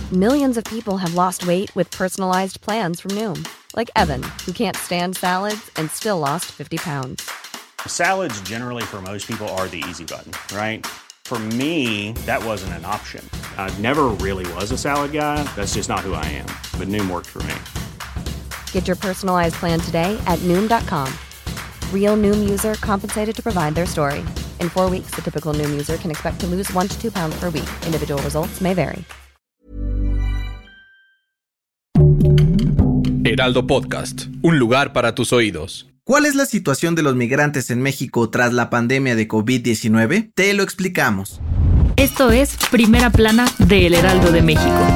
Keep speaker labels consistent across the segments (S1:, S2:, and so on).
S1: Millions of people have lost weight with personalized plans from Noom. Like Evan, who can't stand salads and still lost 50 pounds.
S2: Salads generally for most people are the easy button, right? For me, that wasn't an option. I never really was a salad guy. That's just not who I am. But Noom worked for me.
S1: Get your personalized plan today at Noom.com. Real Noom user compensated to provide their story. In 4 weeks, the typical Noom user can expect to lose 1 to 2 pounds per week. Individual results may vary.
S3: Heraldo Podcast, un lugar para tus oídos.
S4: ¿Cuál es la situación de los migrantes en México tras la pandemia de COVID-19? Te lo explicamos.
S5: Esto es Primera Plana de El Heraldo de México.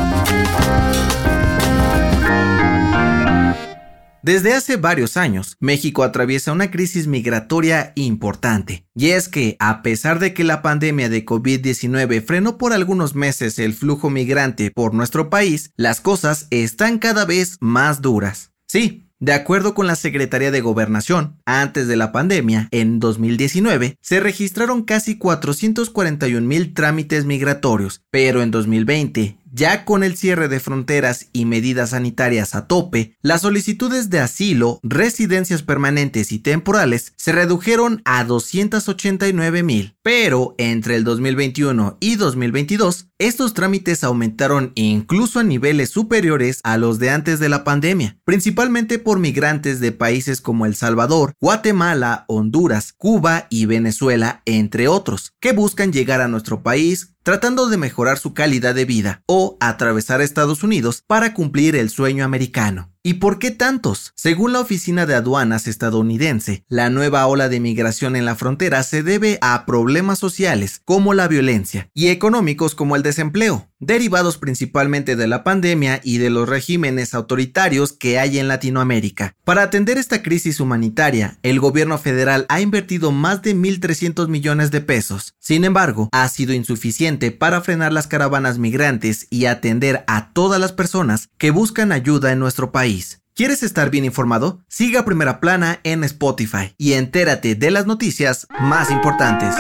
S4: Desde hace varios años, México atraviesa una crisis migratoria importante. Y es que, a pesar de que la pandemia de COVID-19 frenó por algunos meses el flujo migrante por nuestro país, las cosas están cada vez más duras. Sí. De acuerdo con la Secretaría de Gobernación, antes de la pandemia, en 2019, se registraron casi 441,000 trámites migratorios, pero en 2020, ya con el cierre de fronteras y medidas sanitarias a tope, las solicitudes de asilo, residencias permanentes y temporales se redujeron a 289,000. Pero entre el 2021 y 2022, estos trámites aumentaron incluso a niveles superiores a los de antes de la pandemia, principalmente por migrantes de países como El Salvador, Guatemala, Honduras, Cuba y Venezuela, entre otros, que buscan llegar a nuestro país tratando de mejorar su calidad de vida o atravesar Estados Unidos para cumplir el sueño americano. ¿Y por qué tantos? Según la Oficina de Aduanas estadounidense, la nueva ola de migración en la frontera se debe a problemas sociales como la violencia y económicos como el desempleo, derivados principalmente de la pandemia y de los regímenes autoritarios que hay en Latinoamérica. Para atender esta crisis humanitaria, el gobierno federal ha invertido más de 1,300 millones de pesos. Sin embargo, ha sido insuficiente para frenar las caravanas migrantes y atender a todas las personas que buscan ayuda en nuestro país. ¿Quieres estar bien informado? Siga Primera Plana en Spotify y entérate de las noticias más importantes.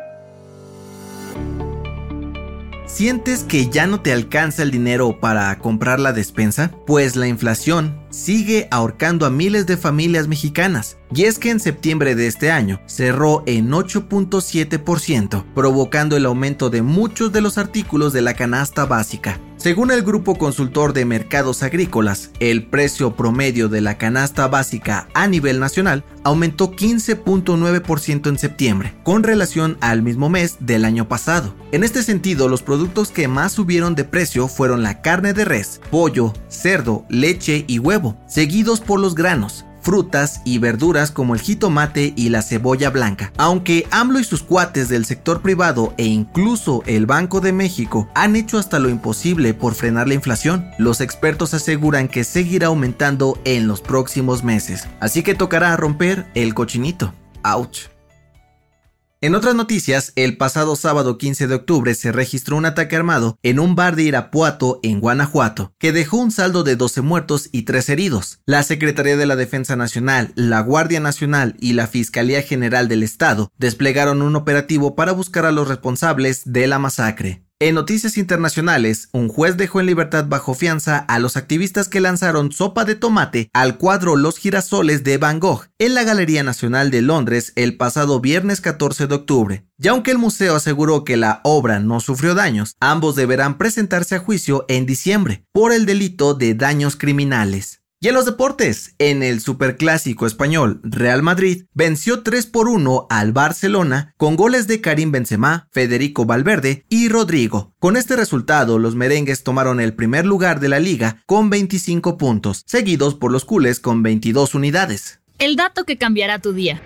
S4: ¿Sientes que ya no te alcanza el dinero para comprar la despensa? Pues la inflación sigue ahorcando a miles de familias mexicanas. Y es que en septiembre de este año cerró en 8.7%, provocando el aumento de muchos de los artículos de la canasta básica. Según el Grupo Consultor de Mercados Agrícolas, el precio promedio de la canasta básica a nivel nacional aumentó 15.9% en septiembre, con relación al mismo mes del año pasado. En este sentido, los productos que más subieron de precio fueron la carne de res, pollo, cerdo, leche y huevo, seguidos por los granos, frutas y verduras como el jitomate y la cebolla blanca. Aunque AMLO y sus cuates del sector privado e incluso el Banco de México han hecho hasta lo imposible por frenar la inflación, los expertos aseguran que seguirá aumentando en los próximos meses. Así que tocará romper el cochinito. ¡Auch! En otras noticias, el pasado sábado 15 de octubre se registró un ataque armado en un bar de Irapuato, en Guanajuato, que dejó un saldo de 12 muertos y 3 heridos. La Secretaría de la Defensa Nacional, la Guardia Nacional y la Fiscalía General del Estado desplegaron un operativo para buscar a los responsables de la masacre. En noticias internacionales, un juez dejó en libertad bajo fianza a los activistas que lanzaron sopa de tomate al cuadro Los Girasoles de Van Gogh en la Galería Nacional de Londres el pasado viernes 14 de octubre. Y aunque el museo aseguró que la obra no sufrió daños, ambos deberán presentarse a juicio en diciembre por el delito de daños criminales. Y en los deportes, en el superclásico español, Real Madrid venció 3-1 al Barcelona con goles de Karim Benzema, Federico Valverde y Rodrigo. Con este resultado, los merengues tomaron el primer lugar de la liga con 25 puntos, seguidos por los culés con 22 unidades.
S5: El dato que cambiará tu día.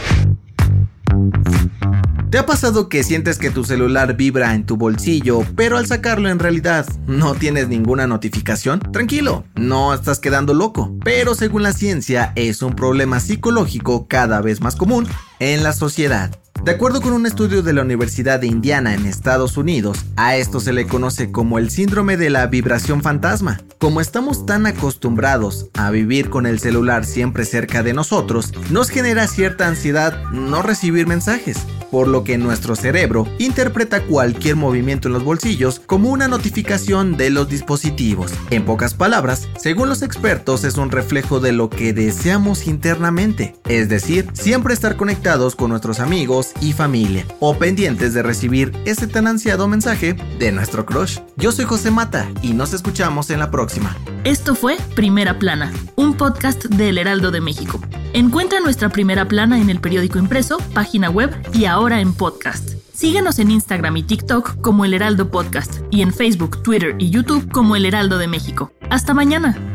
S4: ¿Te ha pasado que sientes que tu celular vibra en tu bolsillo, pero al sacarlo en realidad no tienes ninguna notificación? Tranquilo, no estás quedando loco, pero según la ciencia es un problema psicológico cada vez más común en la sociedad. De acuerdo con un estudio de la Universidad de Indiana en Estados Unidos, a esto se le conoce como el síndrome de la vibración fantasma. Como estamos tan acostumbrados a vivir con el celular siempre cerca de nosotros, nos genera cierta ansiedad no recibir mensajes. por lo que nuestro cerebro interpreta cualquier movimiento en los bolsillos como una notificación de los dispositivos. En pocas palabras, según los expertos, es un reflejo de lo que deseamos internamente, es decir, siempre estar conectados con nuestros amigos y familia, o pendientes de recibir ese tan ansiado mensaje de nuestro crush. Yo soy José Mata y nos escuchamos en la próxima.
S5: Esto fue Primera Plana, un podcast del Heraldo de México. Encuentra nuestra Primera Plana en el periódico impreso, página web y ahora en podcast. Síguenos en Instagram y TikTok como El Heraldo Podcast y en Facebook, Twitter y YouTube como El Heraldo de México. ¡Hasta mañana!